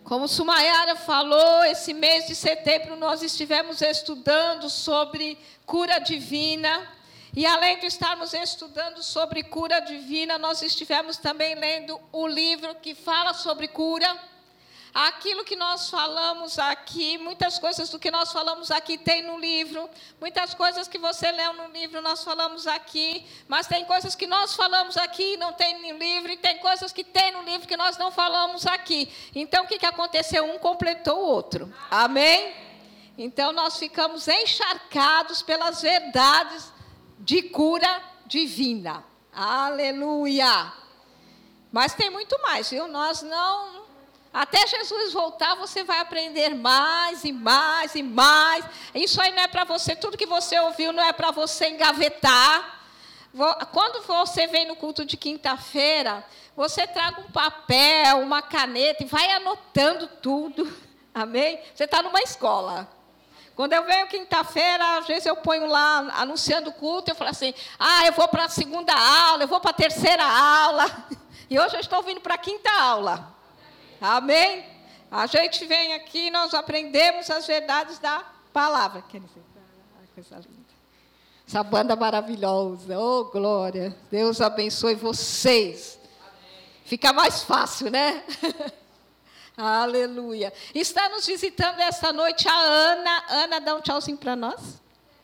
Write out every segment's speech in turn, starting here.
Como Sumayara falou, esse mês de setembro nós estivemos estudando sobre cura divina. E além de estarmos estudando sobre cura divina, nós estivemos também lendo o livro que fala sobre cura. Aquilo que nós falamos aqui, muitas coisas do que nós falamos aqui tem no livro. Muitas coisas que você leu no livro nós falamos aqui. Mas tem coisas que nós falamos aqui e não tem no livro. E tem coisas que tem no livro que nós não falamos aqui. Então, o que aconteceu? Um completou o outro. Amém? Então, nós ficamos encharcados pelas verdades de cura divina. Aleluia! Mas tem muito mais, viu? Nós não... Até Jesus voltar, você vai aprender mais e mais e mais. Isso aí não é para você, tudo que você ouviu não é para você engavetar. Quando você vem no culto de quinta-feira, você traga um papel, uma caneta e vai anotando tudo. Amém? Você está numa escola. Quando eu venho quinta-feira, às vezes eu ponho lá, anunciando o culto, eu falo assim, eu vou para a segunda aula, eu vou para a terceira aula. E hoje eu estou vindo para a quinta aula. Amém? A gente vem aqui, nós aprendemos as verdades da palavra. Quer dizer, coisa linda. Essa banda maravilhosa. Oh, glória. Deus abençoe vocês. Fica mais fácil, né? Aleluia. Está nos visitando esta noite a Ana. Ana, dá um tchauzinho para nós.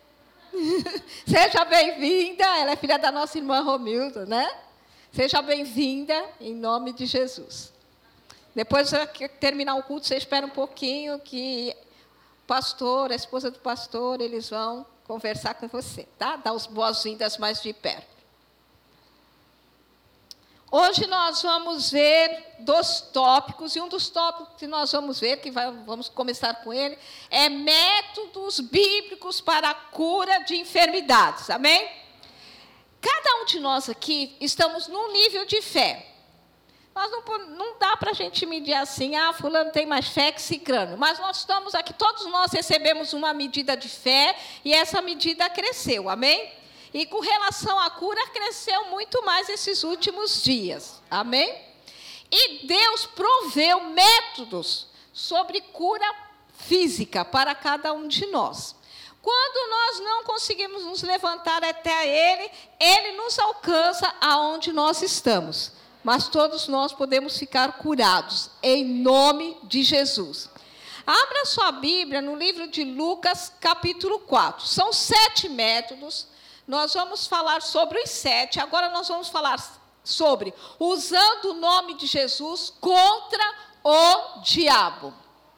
Seja bem-vinda. Ela é filha da nossa irmã Romilda, né? Seja bem-vinda, em nome de Jesus. Depois que terminar o culto, você espera um pouquinho que o pastor, a esposa do pastor, eles vão conversar com você, tá? Dar as boas-vindas mais de perto. Hoje nós vamos ver 2 tópicos, e um dos tópicos que nós vamos ver, vamos começar com ele, é métodos bíblicos para a cura de enfermidades, amém? Cada um de nós aqui estamos num nível de fé. Nós não dá para a gente medir assim, fulano tem mais fé que ciclano. Mas nós estamos aqui, todos nós recebemos uma medida de fé, e essa medida cresceu, amém? E com relação à cura, cresceu muito mais esses últimos dias, amém? E Deus proveu métodos sobre cura física para cada um de nós. Quando nós não conseguimos nos levantar até Ele, Ele nos alcança aonde nós estamos. Mas todos nós podemos ficar curados, em nome de Jesus. Abra sua Bíblia no livro de Lucas, capítulo 4. São 7 métodos. Nós vamos falar sobre os 7. Agora nós vamos falar sobre usando o nome de Jesus contra o diabo.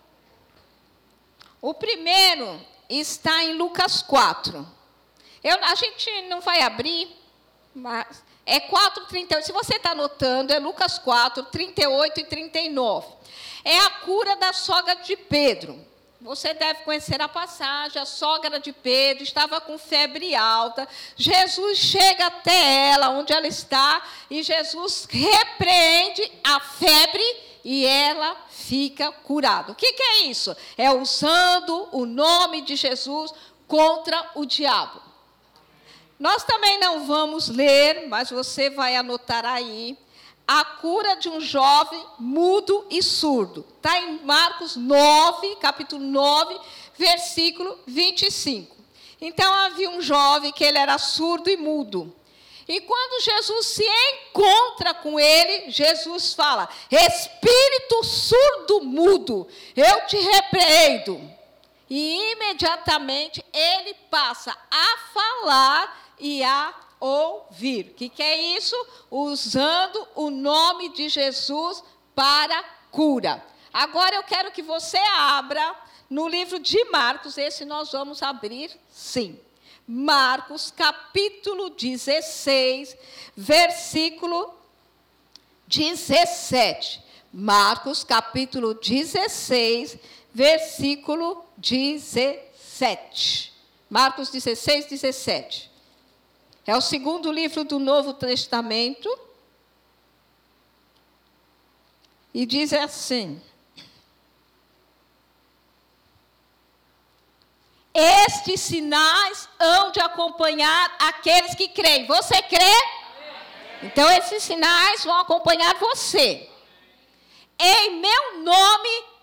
O primeiro está em Lucas 4. A gente não vai abrir, mas... É 4:38. Se você está anotando, é Lucas 4, 38 e 39. É a cura da sogra de Pedro. Você deve conhecer a passagem. A sogra de Pedro estava com febre alta. Jesus chega até ela, onde ela está, e Jesus repreende a febre e ela fica curada. O que é isso? É usando o nome de Jesus contra o diabo. Nós também não vamos ler, mas você vai anotar aí, a cura de um jovem mudo e surdo. Está em Marcos 9, capítulo 9, versículo 25. Então, havia um jovem que ele era surdo e mudo. E quando Jesus se encontra com ele, Jesus fala, espírito surdo mudo, eu te repreendo. E imediatamente ele passa a falar e a ouvir. O que é isso? Usando o nome de Jesus para cura. Agora eu quero que você abra no livro de Marcos, esse nós vamos abrir sim. Marcos, capítulo 16, versículo 17. Marcos, capítulo 16, versículo 17. Marcos 16, 17. É o segundo livro do Novo Testamento. E diz assim: estes sinais hão de acompanhar aqueles que creem. Você crê? Então, esses sinais vão acompanhar você. Em meu nome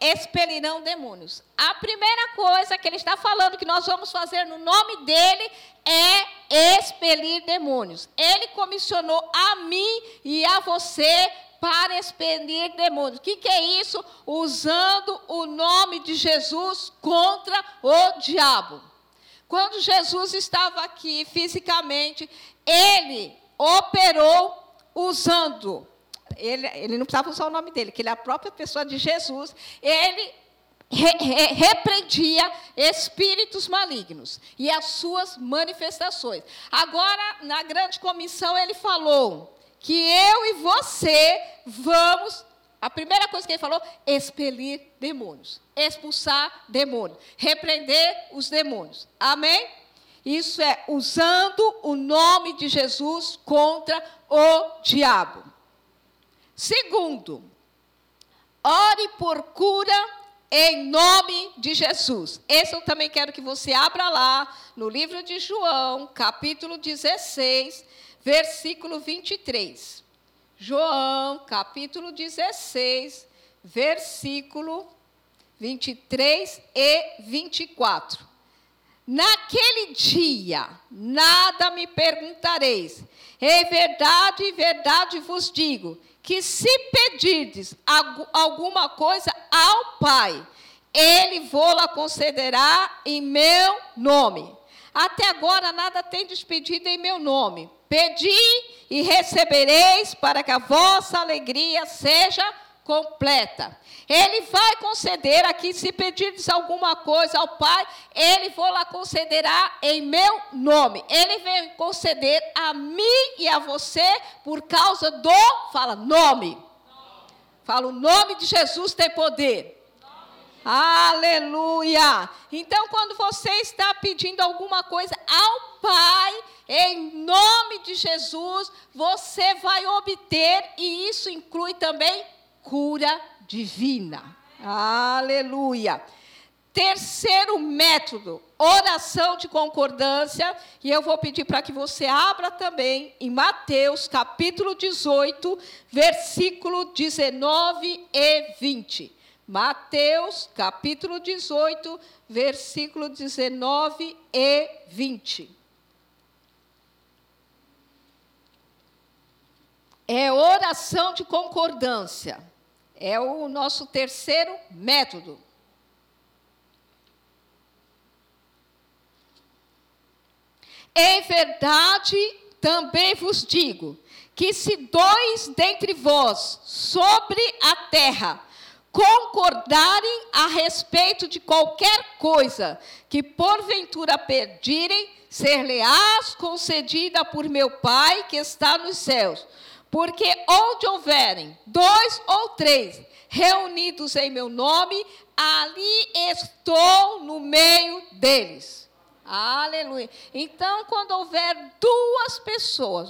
expelirão demônios. A primeira coisa que ele está falando que nós vamos fazer no nome dele é expelir demônios. Ele comissionou a mim e a você para expelir demônios. O que é isso? Usando o nome de Jesus contra o diabo. Quando Jesus estava aqui fisicamente, ele operou usando, ele não precisava usar o nome dele, que ele é a própria pessoa de Jesus, ele repreendia espíritos malignos e as suas manifestações. Agora, na grande comissão, ele falou que eu e você vamos, a primeira coisa que ele falou, expelir demônios, expulsar demônios, repreender os demônios. Amém? Isso é usando o nome de Jesus contra o diabo. Segundo, ore por cura em nome de Jesus. Esse eu também quero que você abra lá no livro de João, capítulo 16, versículo 23. João, capítulo 16, versículo 23 e 24. Naquele dia, nada me perguntareis. Em verdade vos digo, que se pedirdes alguma coisa ao Pai, Ele vô-la concederá em meu nome. Até agora nada tendes pedido em meu nome. Pedi e recebereis, para que a vossa alegria seja completa. Ele vai conceder aqui, se pedirdes alguma coisa ao Pai, Ele vô-la concederá em meu nome. Ele vem conceder a mim e a você por causa do, fala, nome. Fala, o nome de Jesus tem poder. Aleluia! Então, quando você está pedindo alguma coisa ao Pai, em nome de Jesus, você vai obter, e isso inclui também cura divina. Aleluia! Terceiro método, oração de concordância, e eu vou pedir para que você abra também em Mateus, capítulo 18, versículo 19 e 20. Mateus, capítulo 18, versículo 19 e 20. É oração de concordância. É o nosso terceiro método. Em verdade, também vos digo, que se dois dentre vós sobre a terra concordarem a respeito de qualquer coisa que porventura pedirem, ser-lhe-ás concedida por meu Pai que está nos céus. Porque onde houverem 2 ou 3 reunidos em meu nome, ali estou no meio deles. Aleluia. Então, quando houver 2 pessoas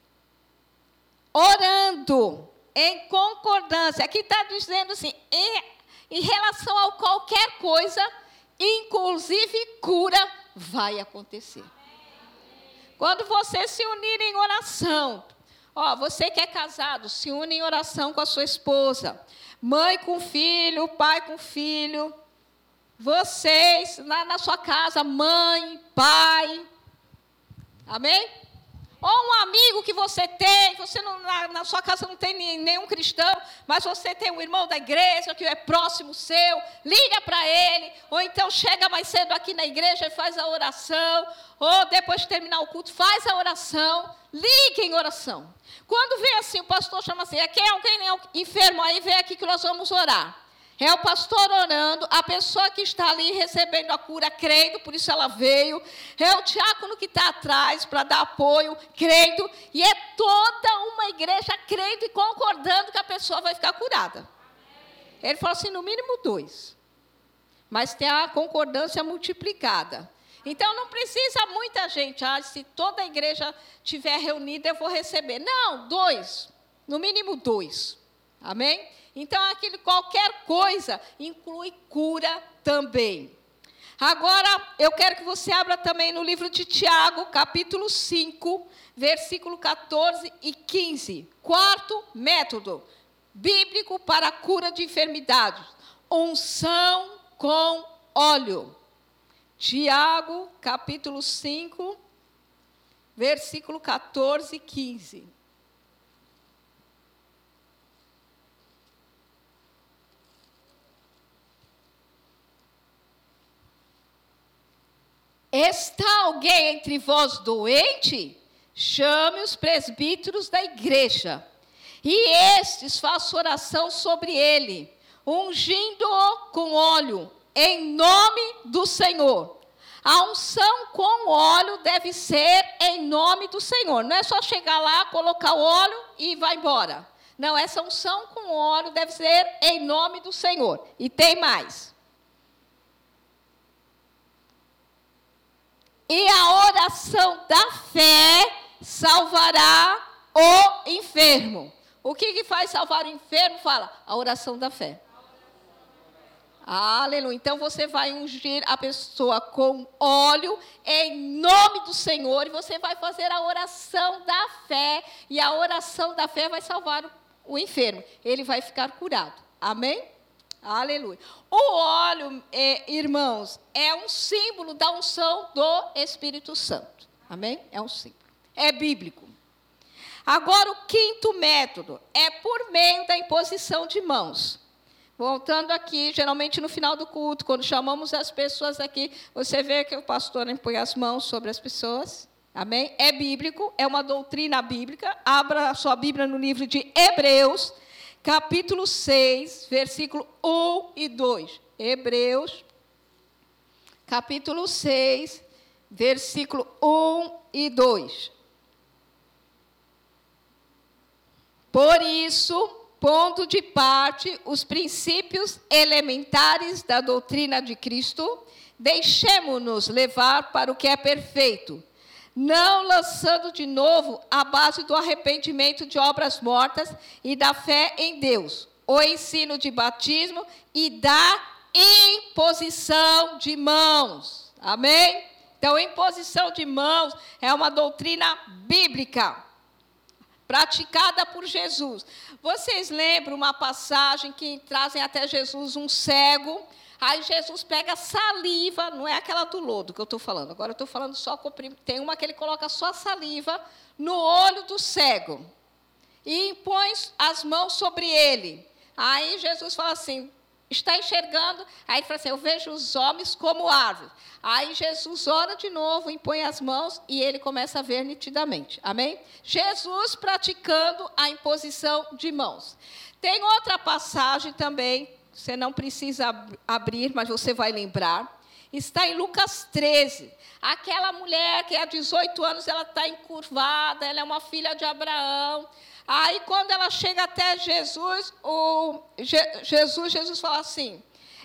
orando em concordância, aqui está dizendo assim, em relação a qualquer coisa, inclusive cura, vai acontecer. Quando você se unir em oração, você que é casado, se une em oração com a sua esposa, mãe com filho, pai com filho, vocês lá na sua casa, mãe, pai, amém? Ou um amigo que você tem, você não, na sua casa não tem nenhum cristão, mas você tem um irmão da igreja que é próximo seu, liga para ele, ou então chega mais cedo aqui na igreja e faz a oração, ou depois de terminar o culto, faz a oração, ligue em oração. Quando vem assim, o pastor chama assim, aqui é alguém enfermo, aí vem aqui que nós vamos orar. É o pastor orando, a pessoa que está ali recebendo a cura, crendo, por isso ela veio. É o diácono que está atrás para dar apoio, crendo. E é toda uma igreja crendo e concordando que a pessoa vai ficar curada. Ele falou assim, no mínimo 2. Mas tem a concordância multiplicada. Então, não precisa muita gente. Se toda a igreja estiver reunida, eu vou receber. Não, 2. No mínimo 2. Amém? Então, qualquer coisa inclui cura também. Agora, eu quero que você abra também no livro de Tiago, capítulo 5, versículo 14 e 15. Quarto método bíblico para a cura de enfermidades. unção com óleo. Tiago, capítulo 5, versículo 14 e 15. Está alguém entre vós doente? Chame os presbíteros da igreja, e estes façam oração sobre ele, ungindo-o com óleo, em nome do Senhor. A unção com óleo deve ser em nome do Senhor. Não é só chegar lá, colocar o óleo e vai embora. Não, essa unção com óleo deve ser em nome do Senhor. E tem mais. E a oração da fé salvará o enfermo. O que faz salvar o enfermo? Fala, a oração da fé. Aleluia. Então você vai ungir a pessoa com óleo em nome do Senhor e você vai fazer a oração da fé. E a oração da fé vai salvar o enfermo. Ele vai ficar curado. Amém? Aleluia. O óleo, irmãos, é um símbolo da unção do Espírito Santo. Amém? É um símbolo. É bíblico. Agora, o quinto método é por meio da imposição de mãos. Voltando aqui, geralmente no final do culto, quando chamamos as pessoas aqui, você vê que o pastor impõe as mãos sobre as pessoas. Amém? É bíblico, é uma doutrina bíblica. Abra a sua Bíblia no livro de Hebreus, capítulo 6, versículo 1 e 2. Hebreus, capítulo 6, versículo 1 e 2. Por isso, pondo de parte os princípios elementares da doutrina de Cristo, deixemo-nos levar para o que é perfeito, não lançando de novo a base do arrependimento de obras mortas e da fé em Deus, o ensino de batismo e da imposição de mãos. Amém? Então, imposição de mãos é uma doutrina bíblica, praticada por Jesus. Vocês lembram uma passagem que trazem até Jesus um cego? Aí Jesus pega saliva, não é aquela do lodo que eu estou falando, agora eu estou falando só, tem uma que ele coloca só saliva no olho do cego e impõe as mãos sobre ele. Aí Jesus fala assim, está enxergando? Aí ele fala assim, eu vejo os homens como árvores. Aí Jesus ora de novo, impõe as mãos e ele começa a ver nitidamente. Amém? Jesus praticando a imposição de mãos. Tem outra passagem também, você não precisa abrir, mas você vai lembrar. Está em Lucas 13. Aquela mulher que há 18 anos, ela está encurvada, ela é uma filha de Abraão. Aí, quando ela chega até Jesus, Jesus fala assim,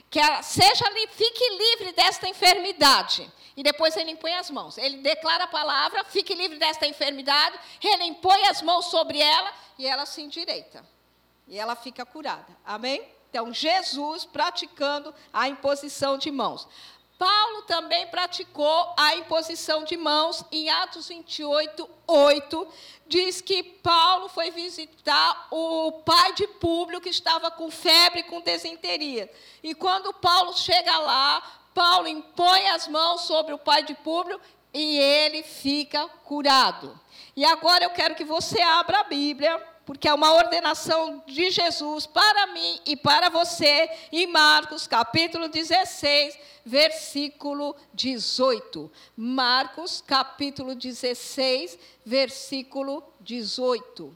fique livre desta enfermidade. E depois ele impõe as mãos. Ele declara a palavra, fique livre desta enfermidade, ele impõe as mãos sobre ela e ela se endireita. E ela fica curada. Amém? Então, Jesus praticando a imposição de mãos. Paulo também praticou a imposição de mãos em Atos 28, 8. Diz que Paulo foi visitar o pai de Públio, que estava com febre e com desinteria. E quando Paulo chega lá, Paulo impõe as mãos sobre o pai de Públio e ele fica curado. E agora eu quero que você abra a Bíblia, porque é uma ordenação de Jesus para mim e para você, em Marcos, capítulo 16, versículo 18. Marcos, capítulo 16, versículo 18.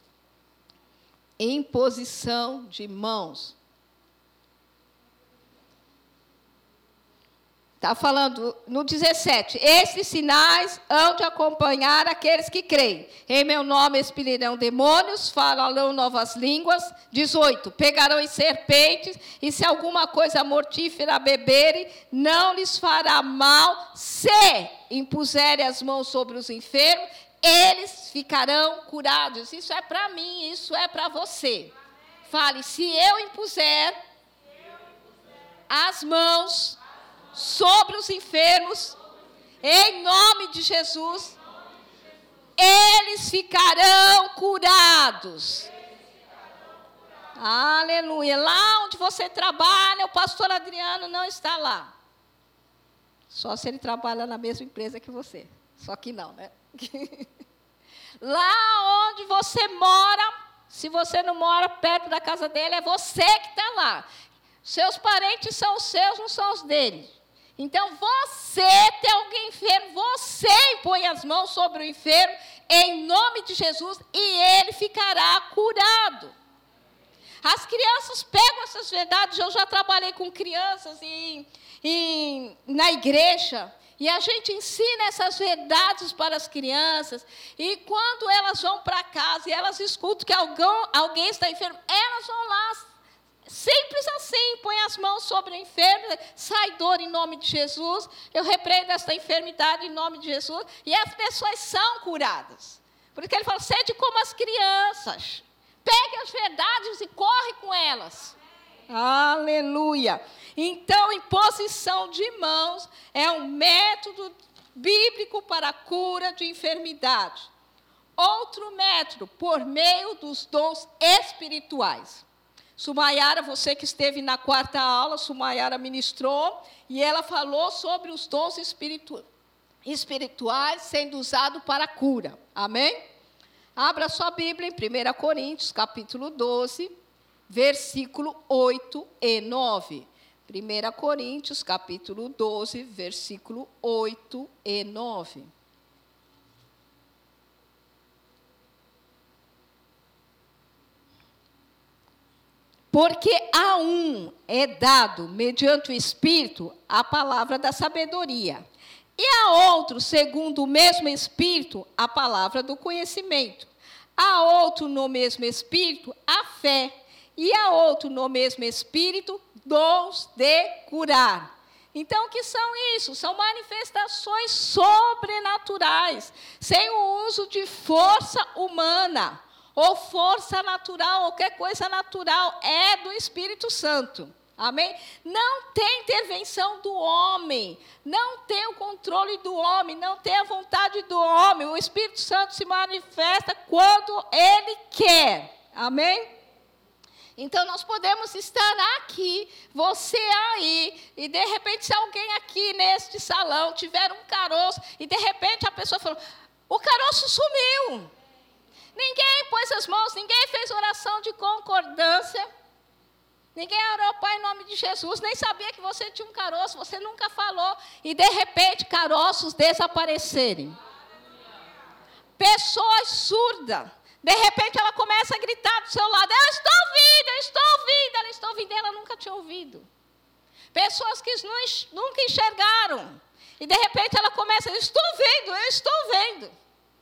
Imposição de mãos. Está falando no 17. Esses sinais hão de acompanhar aqueles que creem. Em meu nome expelirão demônios, falarão novas línguas. 18. Pegarão em serpentes, e se alguma coisa mortífera beberem, não lhes fará mal. Se impuserem as mãos sobre os enfermos, eles ficarão curados. Isso é para mim, isso é para você. Fale, se eu impuser as mãos sobre os enfermos, em nome de Jesus, eles ficarão curados. Aleluia. Lá onde você trabalha, o pastor Adriano não está lá. Só se ele trabalha na mesma empresa que você. Só que não, né? Lá onde você mora, se você não mora perto da casa dele, é você que está lá. Seus parentes são os seus, não são os dele. Então, você tem alguém enfermo, você impõe as mãos sobre o enfermo, em nome de Jesus, e ele ficará curado. As crianças pegam essas verdades. Eu já trabalhei com crianças na igreja, e a gente ensina essas verdades para as crianças, e quando elas vão para casa e elas escutam que alguém está enfermo, elas vão lá, simples assim, põe as mãos sobre o enfermo, sai dor em nome de Jesus, eu repreendo esta enfermidade em nome de Jesus, e as pessoas são curadas. Por isso que ele fala, sede como as crianças, pegue as verdades e corre com elas. Aleluia. Então, imposição de mãos é um método bíblico para a cura de enfermidade. Outro método, por meio dos dons espirituais. Sumayara, você que esteve na 4ª aula, Sumayara ministrou, e ela falou sobre os dons espirituais sendo usados para a cura. Amém? Abra sua Bíblia em 1 Coríntios, capítulo 12, versículo 8 e 9. 1 Coríntios, capítulo 12, versículo 8 e 9. Porque a um é dado, mediante o Espírito, a palavra da sabedoria, e a outro, segundo o mesmo Espírito, a palavra do conhecimento. A outro, no mesmo Espírito, a fé, e a outro, no mesmo Espírito, dons de curar. Então, o que são isso? São manifestações sobrenaturais, sem o uso de força humana, ou força natural, ou qualquer coisa natural, é do Espírito Santo. Amém? Não tem intervenção do homem, não tem o controle do homem, não tem a vontade do homem. O Espírito Santo se manifesta quando ele quer. Amém? Então, nós podemos estar aqui, você aí, e de repente, se alguém aqui neste salão tiver um caroço, e de repente a pessoa falou, o caroço sumiu. Ninguém pôs as mãos, ninguém fez oração de concordância, ninguém orou, Pai, em nome de Jesus, nem sabia que você tinha um caroço, você nunca falou, e de repente caroços desaparecerem. Pessoas surdas, de repente ela começa a gritar do seu lado, eu estou ouvindo, ela está ouvindo, ela nunca tinha ouvido. Pessoas que nunca enxergaram, e de repente ela começa, eu estou vendo.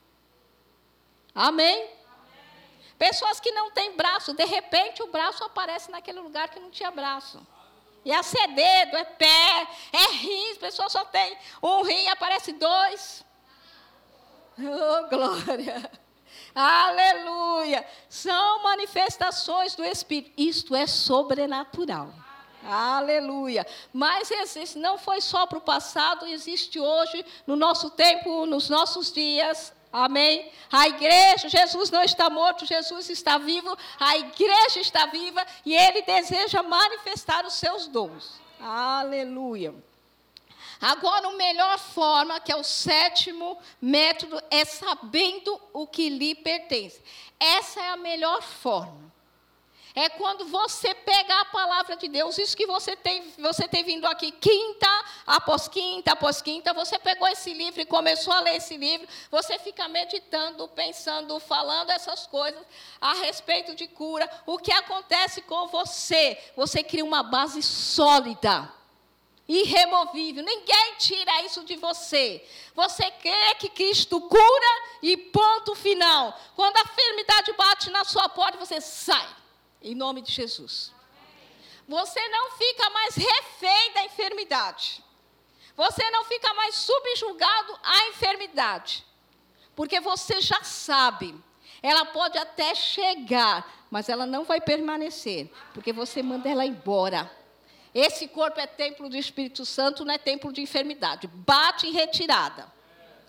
Amém? Pessoas que não têm braço, de repente o braço aparece naquele lugar que não tinha braço. E é ser dedo, é pé, é rim, a pessoa só tem um rim, aparece 2. Oh, glória! Aleluia! São manifestações do Espírito. Isto é sobrenatural. Aleluia! Mas existe, não foi só para o passado, existe hoje, no nosso tempo, nos nossos dias. Amém? A igreja, Jesus não está morto, Jesus está vivo, a igreja está viva e ele deseja manifestar os seus dons. Aleluia. Agora, a melhor forma, que é o 7º método, é sabendo o que lhe pertence. Essa é a melhor forma. É quando você pega a palavra de Deus, isso que você tem vindo aqui, quinta após quinta, você pegou esse livro e começou a ler esse livro, você fica meditando, pensando, falando essas coisas a respeito de cura. O que acontece com você? Você cria uma base sólida, irremovível, ninguém tira isso de você. Você crê que Cristo cura e ponto final. Quando a enfermidade bate na sua porta, você sai. Em nome de Jesus. Você não fica mais refém da enfermidade. Você não fica mais subjugado à enfermidade. Porque você já sabe. Ela pode até chegar, mas ela não vai permanecer. Porque você manda ela embora. Esse corpo é templo do Espírito Santo, não é templo de enfermidade. Bate em retirada.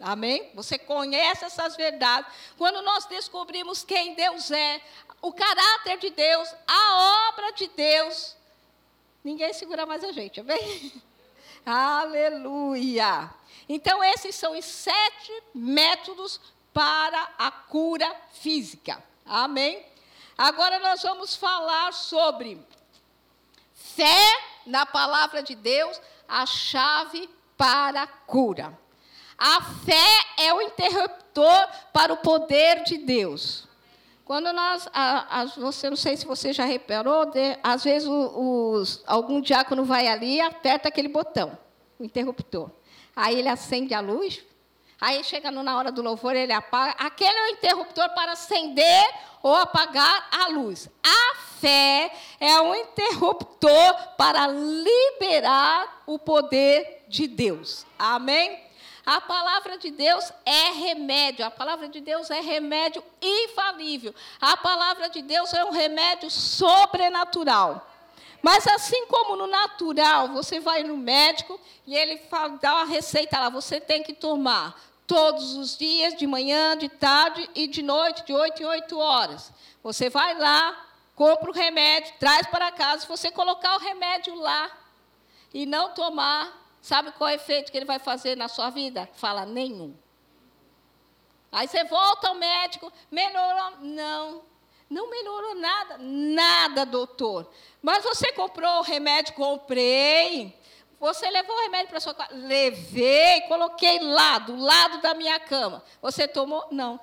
Amém? Você conhece essas verdades. Quando nós descobrimos quem Deus é, o caráter de Deus, a obra de Deus, ninguém segura mais a gente, amém? Aleluia! Então, esses são os 7 métodos para a cura física. Amém? Agora nós vamos falar sobre fé na palavra de Deus, a chave para a cura. A fé é o interruptor para o poder de Deus. Quando nós, você, não sei se você já reparou, às vezes algum diácono vai ali e aperta aquele botão, o interruptor. Aí ele acende a luz, aí chega na hora do louvor, ele apaga. Aquele é o interruptor para acender ou apagar a luz. A fé é um interruptor para liberar o poder de Deus. Amém? A palavra de Deus é remédio. A palavra de Deus é remédio infalível. A palavra de Deus é um remédio sobrenatural. Mas assim como no natural, você vai no médico e ele dá uma receita lá, você tem que tomar todos os dias, de manhã, de tarde e de noite, de 8 em 8 horas. Você vai lá, compra o remédio, traz para casa. Se você colocar o remédio lá e não tomar, sabe qual é o efeito que ele vai fazer na sua vida? Fala, nenhum. Aí você volta ao médico, melhorou? Não melhorou nada. Nada, doutor. Mas você comprou o remédio? Comprei. Você levou o remédio para a sua casa? Levei, coloquei lá, do lado da minha cama. Você tomou? Não.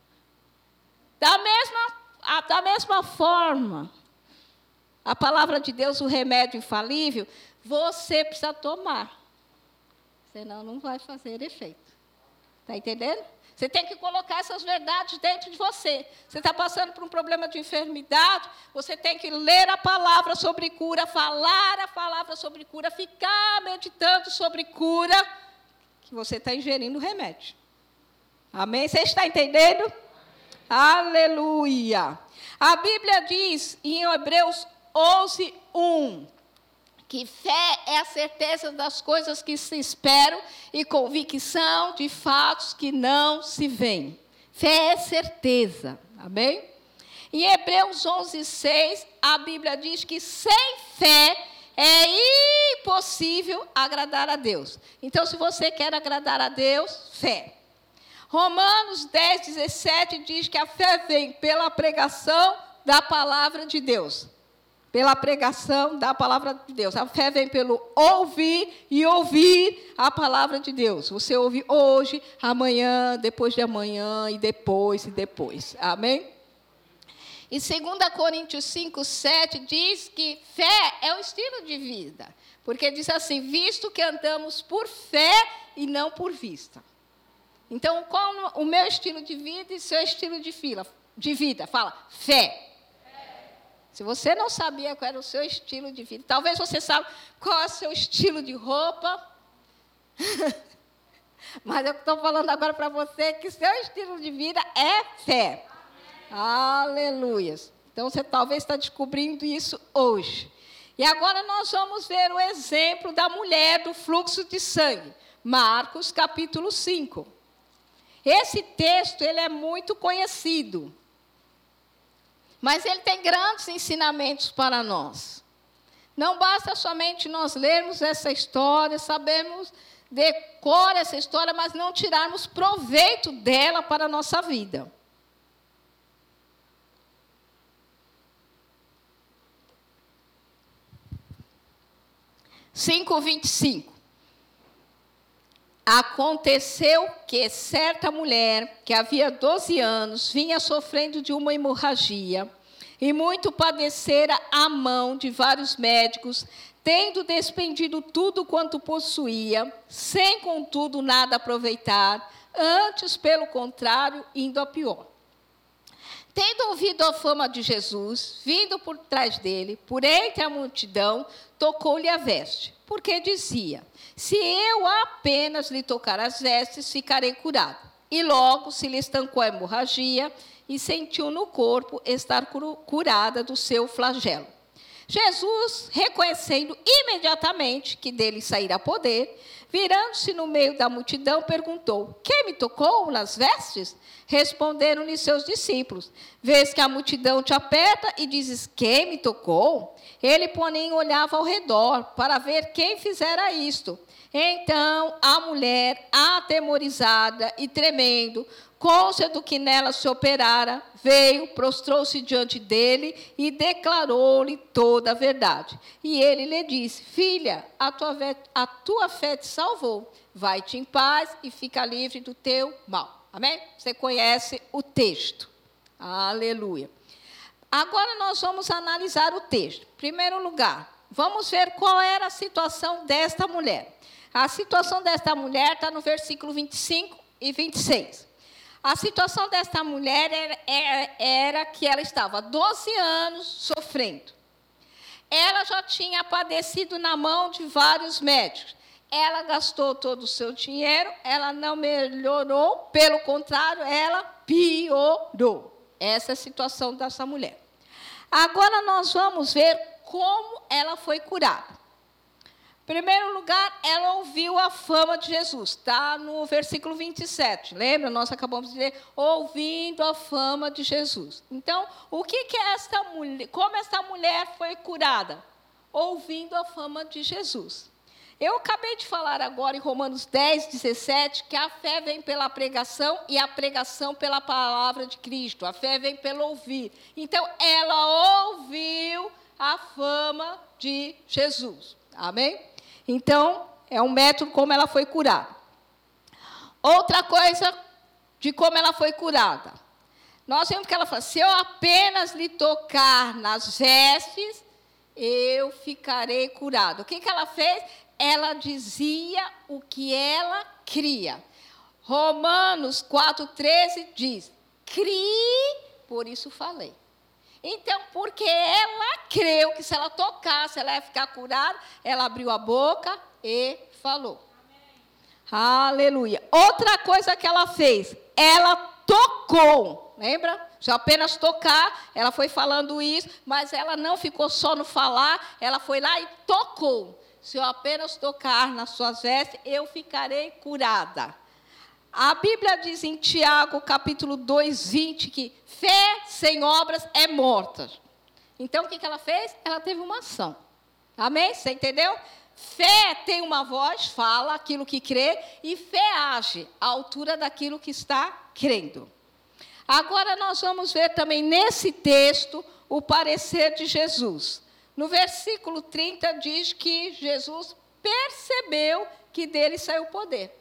Da mesma forma, a palavra de Deus, o remédio infalível, você precisa tomar. Senão não vai fazer efeito. Está entendendo? Você tem que colocar essas verdades dentro de você. Você está passando por um problema de enfermidade, você tem que ler a palavra sobre cura, falar a palavra sobre cura, ficar meditando sobre cura, que você está ingerindo remédio. Amém? Você está entendendo? Aleluia! A Bíblia diz em Hebreus 11:1, que fé é a certeza das coisas que se esperam e convicção de fatos que não se veem. Fé é certeza, amém? Em Hebreus 11:6, a Bíblia diz que sem fé é impossível agradar a Deus. Então, se você quer agradar a Deus, fé. Romanos 10:17 diz que a fé vem pela pregação da palavra de Deus. Pela pregação da palavra de Deus. A fé vem pelo ouvir e ouvir a palavra de Deus. Você ouve hoje, amanhã, depois de amanhã e depois. Amém? E 2 Coríntios 5:7 diz que fé é o estilo de vida. Porque diz assim, visto que andamos por fé e não por vista. Então, qual o meu estilo de vida e seu estilo de vida? Fala, fé. Se você não sabia qual era o seu estilo de vida, talvez você saiba qual é o seu estilo de roupa, mas eu estou falando agora para você que seu estilo de vida é fé. Aleluia. Então, você talvez está descobrindo isso hoje. E agora nós vamos ver o exemplo da mulher do fluxo de sangue. Marcos, capítulo 5. Esse texto ele é muito conhecido. Mas ele tem grandes ensinamentos para nós. Não basta somente nós lermos essa história, sabermos de cor essa história, mas não tirarmos proveito dela para a nossa vida. Versículo 25. Aconteceu que certa mulher, que havia 12 anos, vinha sofrendo de uma hemorragia, e muito padecera à mão de vários médicos, tendo despendido tudo quanto possuía, sem, contudo, nada aproveitar, antes, pelo contrário, indo a pior. Tendo ouvido a fama de Jesus, vindo por trás dele, por entre a multidão, tocou-lhe a veste, porque dizia, se eu apenas lhe tocar as vestes, ficarei curado. E logo se lhe estancou a hemorragia e sentiu no corpo estar curada do seu flagelo. Jesus, reconhecendo imediatamente que dele saíra poder, Virando-se no meio da multidão, perguntou: quem me tocou nas vestes? Responderam-lhe seus discípulos: vês que a multidão te aperta e dizes: quem me tocou? Ele, porém, olhava ao redor para ver quem fizera isto. Então a mulher, atemorizada e tremendo, cônscia do que nela se operara, veio, prostrou-se diante dele e declarou-lhe toda a verdade. E ele lhe disse: filha, a tua fé te salvou. Vai-te em paz e fica livre do teu mal. Amém? Você conhece o texto. Aleluia. Agora nós vamos analisar o texto. Em primeiro lugar, vamos ver qual era a situação desta mulher. A situação desta mulher está no versículo 25 e 26. A situação desta mulher era que ela estava 12 anos sofrendo. Ela já tinha padecido na mão de vários médicos. Ela gastou todo o seu dinheiro, ela não melhorou, pelo contrário, ela piorou. Essa é a situação dessa mulher. Agora nós vamos ver como ela foi curada. Em primeiro lugar, ela ouviu a fama de Jesus. Está no versículo 27. Lembra? Nós acabamos de ler, ouvindo a fama de Jesus. Então, o que é esta mulher? Como esta mulher foi curada? Ouvindo a fama de Jesus. Eu acabei de falar agora em Romanos 10, 17, que a fé vem pela pregação e a pregação pela palavra de Cristo. A fé vem pelo ouvir. Então, ela ouviu a fama de Jesus. Amém? Então, é um método como ela foi curada. Outra coisa de como ela foi curada. Nós vemos que ela fala: se eu apenas lhe tocar nas vestes, eu ficarei curada. O que ela fez? Ela dizia o que ela cria. Romanos 4,13 diz: criei, por isso falei. Então, porque ela creu que se ela tocasse, ela ia ficar curada, ela abriu a boca e falou. Amém. Aleluia. Outra coisa que ela fez, ela tocou. Lembra? Se eu apenas tocar, ela foi falando isso, mas ela não ficou só no falar, ela foi lá e tocou. Se eu apenas tocar nas suas vestes, eu ficarei curada. A Bíblia diz em Tiago, capítulo 2, 20, que fé sem obras é morta. Então, o que ela fez? Ela teve uma ação. Amém? Você entendeu? Fé tem uma voz, fala aquilo que crê, e fé age à altura daquilo que está crendo. Agora, nós vamos ver também nesse texto o parecer de Jesus. No versículo 30 diz que Jesus percebeu que dele saiu o poder.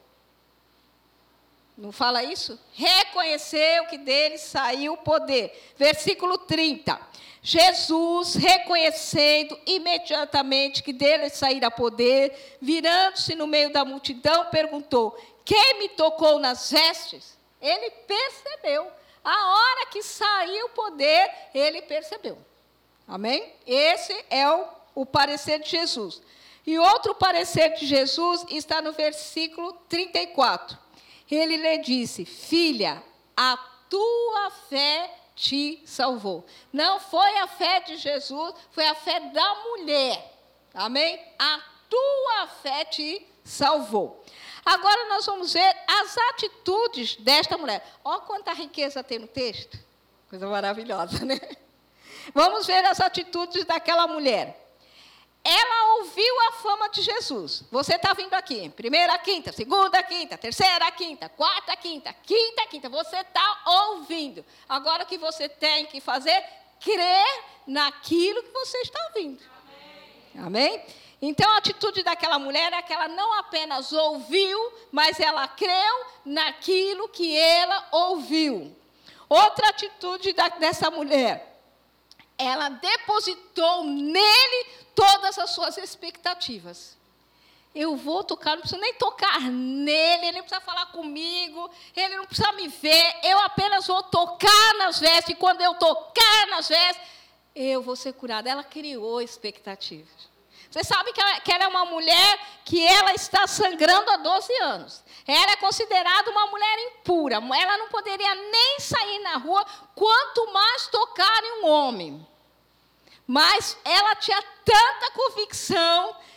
Não fala isso? Reconheceu que dele saiu o poder. Versículo 30. Jesus, reconhecendo imediatamente que dele saíra poder, virando-se no meio da multidão, perguntou: quem me tocou nas vestes? Ele percebeu. A hora que saiu o poder, ele percebeu. Amém? Esse é o parecer de Jesus. E outro parecer de Jesus está no versículo 34. Ele lhe disse: filha, a tua fé te salvou. Não foi a fé de Jesus, foi a fé da mulher. Amém? A tua fé te salvou. Agora nós vamos ver as atitudes desta mulher. Olha quanta riqueza tem no texto. Coisa maravilhosa, né? Vamos ver as atitudes daquela mulher. Ela ouviu a fama de Jesus. Você está vindo aqui, primeira quinta, segunda quinta, terceira quinta, quarta quinta, quinta quinta. Você está ouvindo. Agora o que você tem que fazer? Crer naquilo que você está ouvindo. Amém? Amém? Então a atitude daquela mulher é que ela não apenas ouviu, mas ela creu naquilo que ela ouviu. Outra atitude dessa mulher, ela depositou nele todas as suas expectativas. Eu vou tocar, não preciso nem tocar nele, ele não precisa falar comigo, ele não precisa me ver, eu apenas vou tocar nas vestes, e quando eu tocar nas vestes, eu vou ser curada. Ela criou expectativas. Você sabe que ela é uma mulher que ela está sangrando há 12 anos. Ela é considerada uma mulher impura. Ela não poderia nem sair na rua, quanto mais tocar em um homem. Mas ela tinha tanta convicção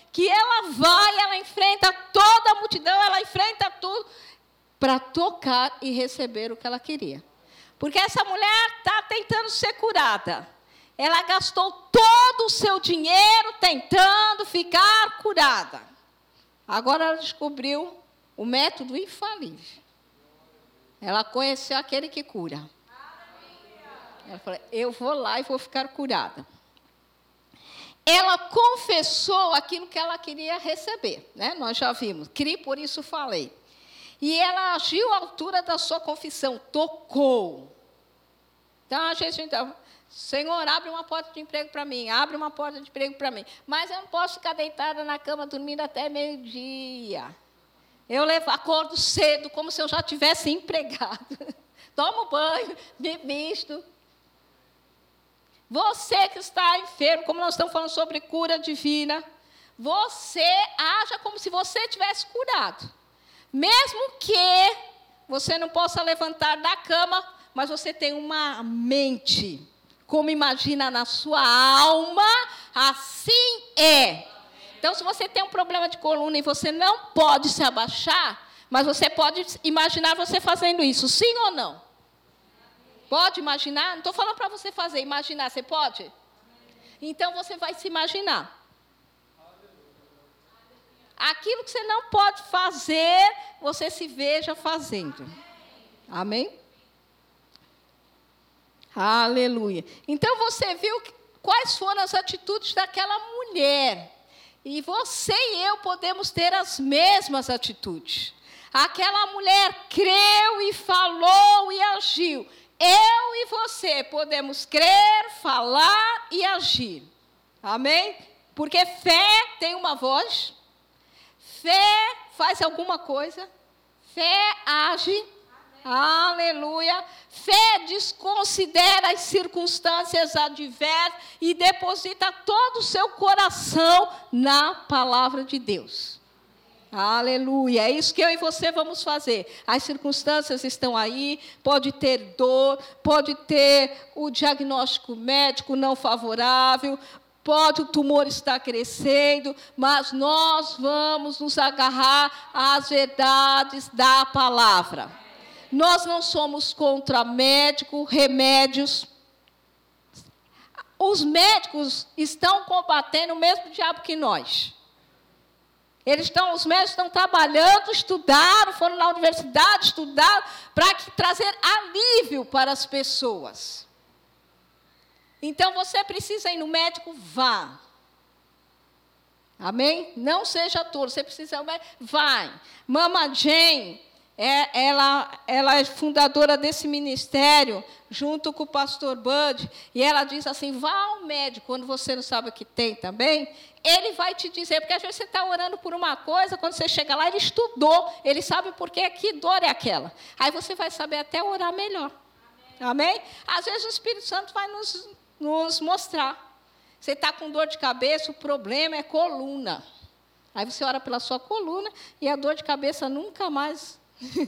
que ela enfrenta toda a multidão, ela enfrenta tudo, para tocar e receber o que ela queria. Porque essa mulher está tentando ser curada. Ela gastou todo o seu dinheiro tentando ficar curada. Agora ela descobriu o método infalível. Ela conheceu aquele que cura. Ela falou, eu vou lá e vou ficar curada. Ela confessou aquilo que ela queria receber, né? Nós já vimos, criei, por isso falei. E ela agiu à altura da sua confissão, tocou. Então, a gente, Senhor, abre uma porta de emprego para mim, abre uma porta de emprego para mim. Mas eu não posso ficar deitada na cama dormindo até meio-dia. Eu acordo cedo, como se eu já tivesse empregado. Tomo banho, me visto. Você que está enfermo, como nós estamos falando sobre cura divina, você haja como se você tivesse curado. Mesmo que você não possa levantar da cama, mas você tem uma mente. Como imagina na sua alma, assim é. Então, se você tem um problema de coluna e você não pode se abaixar, mas você pode imaginar você fazendo isso, sim ou não? Pode imaginar? Não estou falando para você fazer, imaginar, você pode? Então, você vai se imaginar. Aquilo que você não pode fazer, você se veja fazendo. Amém? Aleluia. Então, você viu quais foram as atitudes daquela mulher. E você e eu podemos ter as mesmas atitudes. Aquela mulher creu e falou e agiu. Eu e você podemos crer, falar e agir. Amém? Porque fé tem uma voz. Fé faz alguma coisa. Fé age. Aleluia. Fé desconsidera as circunstâncias adversas e deposita todo o seu coração na palavra de Deus. Aleluia. É isso que eu e você vamos fazer. As circunstâncias estão aí, pode ter dor, pode ter o diagnóstico médico não favorável, pode o tumor estar crescendo, mas nós vamos nos agarrar às verdades da palavra. Nós não somos contra médico, remédios. Os médicos estão combatendo o mesmo diabo que nós. Os médicos estão trabalhando, estudaram, foram na universidade, estudaram, para trazer alívio para as pessoas. Então, você precisa ir no médico, vá. Amém? Não seja tolo, você precisa ir no médico, vai. Mama Jane, ela é fundadora desse ministério, junto com o pastor Bud, e ela diz assim, vá ao médico, quando você não sabe o que tem também, ele vai te dizer, porque às vezes você está orando por uma coisa, quando você chega lá, ele estudou, ele sabe por que dor é aquela. Aí você vai saber até orar melhor. Amém? Às vezes o Espírito Santo vai nos mostrar. Você está com dor de cabeça, o problema é coluna. Aí você ora pela sua coluna, e a dor de cabeça nunca mais...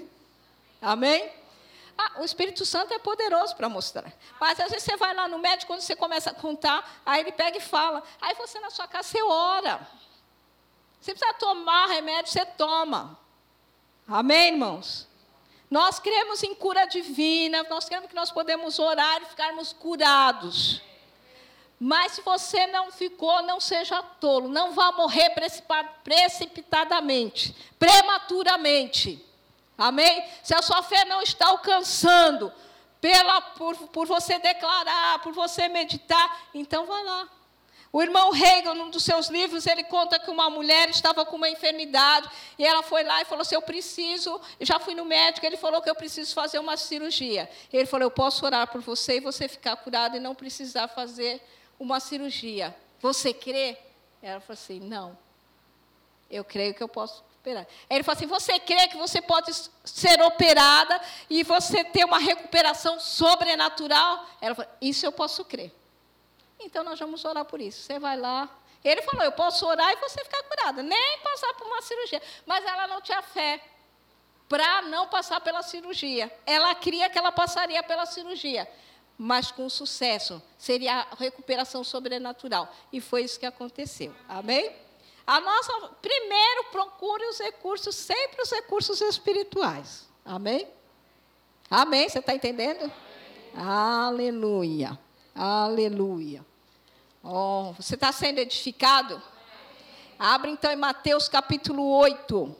Amém? O Espírito Santo é poderoso para mostrar. Mas às vezes você vai lá no médico, quando você começa a contar, aí ele pega e fala. Aí você na sua casa, você ora. Você precisa tomar remédio, você toma. Amém, irmãos? Nós cremos em cura divina, nós cremos que nós podemos orar e ficarmos curados. Mas se você não ficou, não seja tolo, não vá morrer precipitadamente, prematuramente. Amém? Se a sua fé não está alcançando, por você declarar, por você meditar, então vá lá. O irmão Reagan, num dos seus livros, ele conta que uma mulher estava com uma enfermidade, e ela foi lá e falou assim, eu já fui no médico, ele falou que eu preciso fazer uma cirurgia. Ele falou, eu posso orar por você e você ficar curada e não precisar fazer uma cirurgia. Você crê? Ela falou assim, não. Eu creio que eu posso operar. Ele falou assim, você crê que você pode ser operada e você ter uma recuperação sobrenatural? Ela falou, isso eu posso crer. Então, nós vamos orar por isso. Você vai lá. Ele falou, eu posso orar e você ficar curada. Nem passar por uma cirurgia. Mas ela não tinha fé para não passar pela cirurgia. Ela cria que ela passaria pela cirurgia. Mas com sucesso. Seria a recuperação sobrenatural. E foi isso que aconteceu. Amém? Primeiro, procure os recursos, sempre os recursos espirituais. Amém? Amém, você está entendendo? Aleluia, aleluia. Oh, você está sendo edificado? Abre então em Mateus capítulo 8.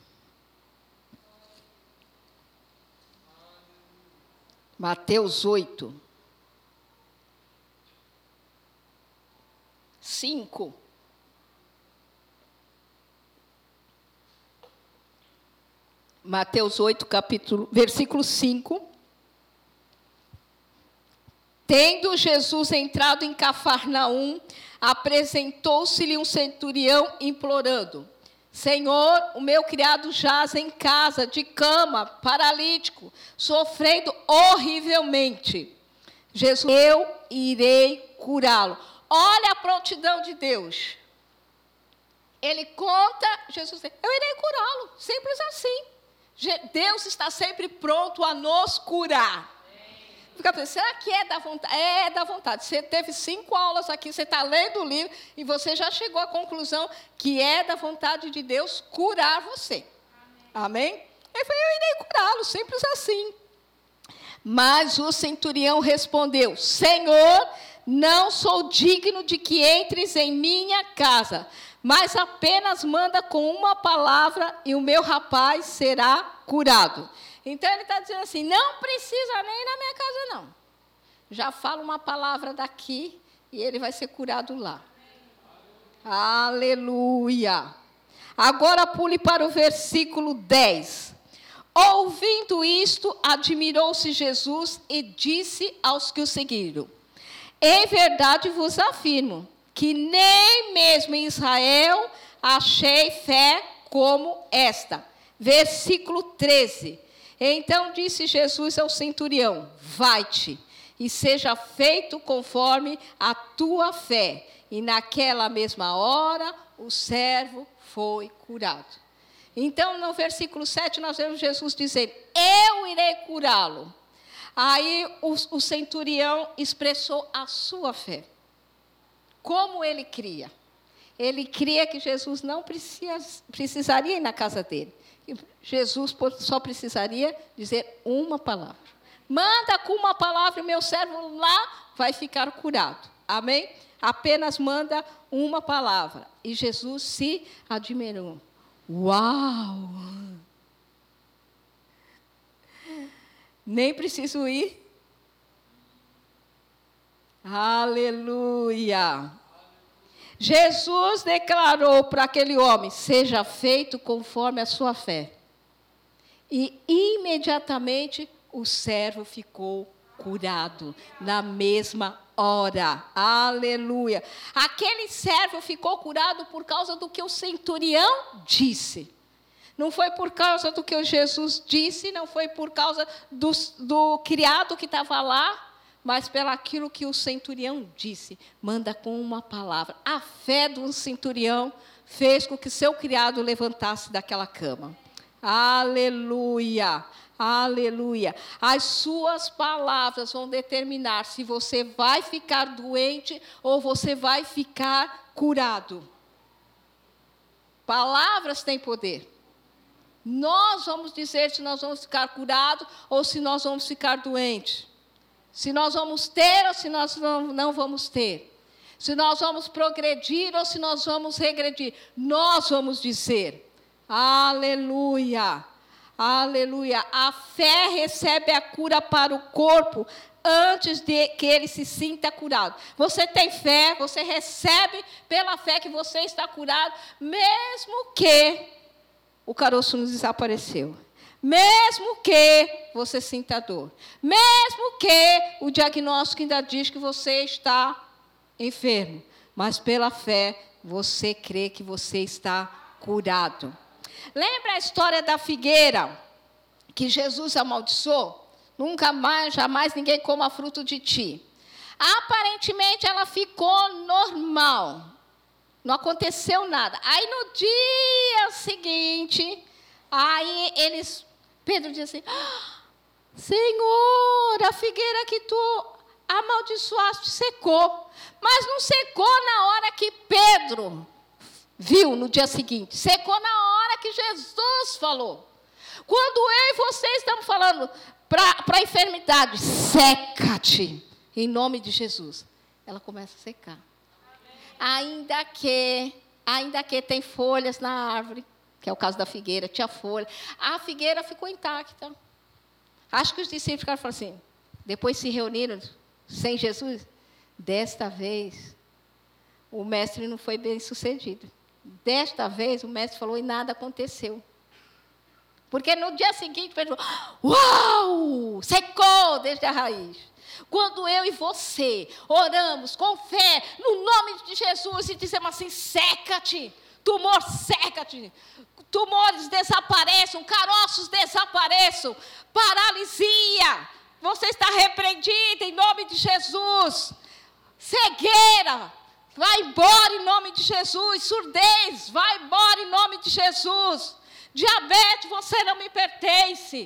Mateus 8. 5. Mateus 8, versículo 5. Tendo Jesus entrado em Cafarnaum, apresentou-se-lhe um centurião implorando: Senhor, o meu criado jaz em casa, de cama, paralítico, sofrendo horrivelmente. Jesus, eu irei curá-lo. Olha a prontidão de Deus. Ele conta, Jesus diz, eu irei curá-lo. Simples assim. Deus está sempre pronto a nos curar. Fica pensando, será que é da vontade? É da vontade. Você teve 5 aulas aqui, você está lendo o livro e você já chegou à conclusão que é da vontade de Deus curar você. Amém? Ele falou, eu irei curá-lo, simples assim. Mas o centurião respondeu, Senhor, não sou digno de que entres em minha casa, mas apenas manda com uma palavra e o meu rapaz será curado. Então, ele está dizendo assim, não precisa nem ir na minha casa, não. Já fala uma palavra daqui e ele vai ser curado lá. Aleluia. Agora pule para o versículo 10. Ouvindo isto, admirou-se Jesus e disse aos que o seguiram, em verdade vos afirmo, que nem mesmo em Israel achei fé como esta. Versículo 13. Então disse Jesus ao centurião, vai-te, e seja feito conforme a tua fé. E naquela mesma hora, o servo foi curado. Então, no versículo 7, nós vemos Jesus dizer, eu irei curá-lo. Aí, o centurião expressou a sua fé. Como ele cria? Ele cria que Jesus não precisaria ir na casa dele. Jesus só precisaria dizer uma palavra. Manda com uma palavra e meu servo lá vai ficar curado. Amém? Apenas manda uma palavra. E Jesus se admirou. Uau! Nem preciso ir. Aleluia! Jesus declarou para aquele homem, seja feito conforme a sua fé. E imediatamente o servo ficou curado, na mesma hora. Aleluia. Aquele servo ficou curado por causa do que o centurião disse. Não foi por causa do que Jesus disse, não foi por causa do criado que estava lá, mas pelaquilo que o centurião disse, manda com uma palavra. A fé do centurião fez com que seu criado levantasse daquela cama. Aleluia, aleluia. As suas palavras vão determinar se você vai ficar doente ou você vai ficar curado. Palavras têm poder. Nós vamos dizer se nós vamos ficar curados ou se nós vamos ficar doentes. Se nós vamos ter ou se nós não vamos ter. Se nós vamos progredir ou se nós vamos regredir. Nós vamos dizer, aleluia, aleluia. A fé recebe a cura para o corpo antes de que ele se sinta curado. Você tem fé, você recebe pela fé que você está curado, mesmo que o caroço não desapareceu. Mesmo que você sinta dor. Mesmo que o diagnóstico ainda diz que você está enfermo. Mas pela fé, você crê que você está curado. Lembra a história da figueira que Jesus amaldiçoou? Nunca mais, jamais ninguém coma fruto de ti. Aparentemente ela ficou normal. Não aconteceu nada. Aí no dia seguinte, Pedro disse assim, Senhor, a figueira que tu amaldiçoaste secou. Mas não secou na hora que Pedro viu no dia seguinte. Secou na hora que Jesus falou. Quando eu e você estamos falando para a enfermidade, seca-te, em nome de Jesus, ela começa a secar. Ainda que tem folhas na árvore, que é o caso da figueira, tinha folha, a figueira ficou intacta. Acho que os discípulos ficaram falando assim, depois se reuniram sem Jesus, desta vez o mestre não foi bem sucedido. Desta vez o mestre falou e nada aconteceu. Porque no dia seguinte, ele falou, uau, secou desde a raiz. Quando eu e você oramos com fé, no nome de Jesus, e dizemos assim, seca-te, tumor, seca-te, tumores desapareçam, caroços desapareçam, paralisia, você está repreendido em nome de Jesus, cegueira, vai embora em nome de Jesus, surdez, vai embora em nome de Jesus, diabetes, você não me pertence,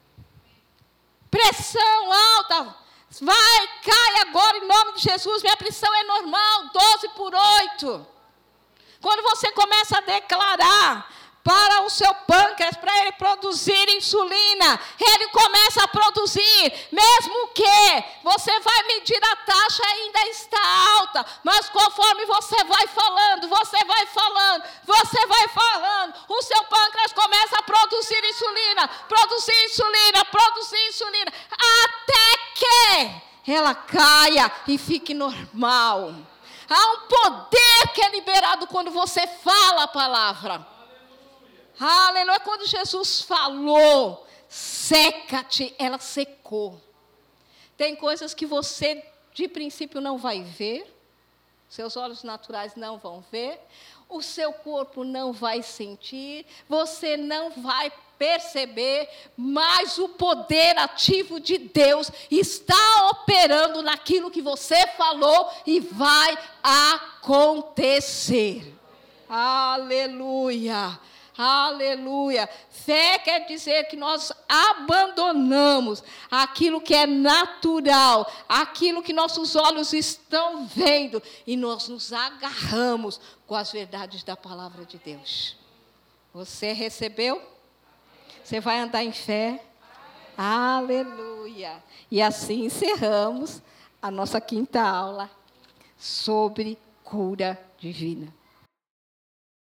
pressão alta, vai, cai agora em nome de Jesus, minha pressão é normal, 12/8. Quando você começa a declarar para o seu pâncreas, para ele produzir insulina, ele começa a produzir, mesmo que você vai medir a taxa ainda está alta, mas conforme você vai falando, o seu pâncreas começa a produzir insulina, até que ela caia e fique normal. Há um poder que é liberado quando você fala a palavra. Aleluia. Quando Jesus falou, seca-te, ela secou. Tem coisas que você, de princípio, não vai ver. Seus olhos naturais não vão ver. O seu corpo não vai sentir. Você não vai perceber. Mas o poder ativo de Deus está operando naquilo que você falou e vai acontecer. Aleluia. Aleluia. Fé quer dizer que nós abandonamos aquilo que é natural, aquilo que nossos olhos estão vendo, e nós nos agarramos com as verdades da palavra de Deus. Você recebeu? Você vai andar em fé? Aleluia. E assim encerramos a nossa quinta aula sobre cura divina.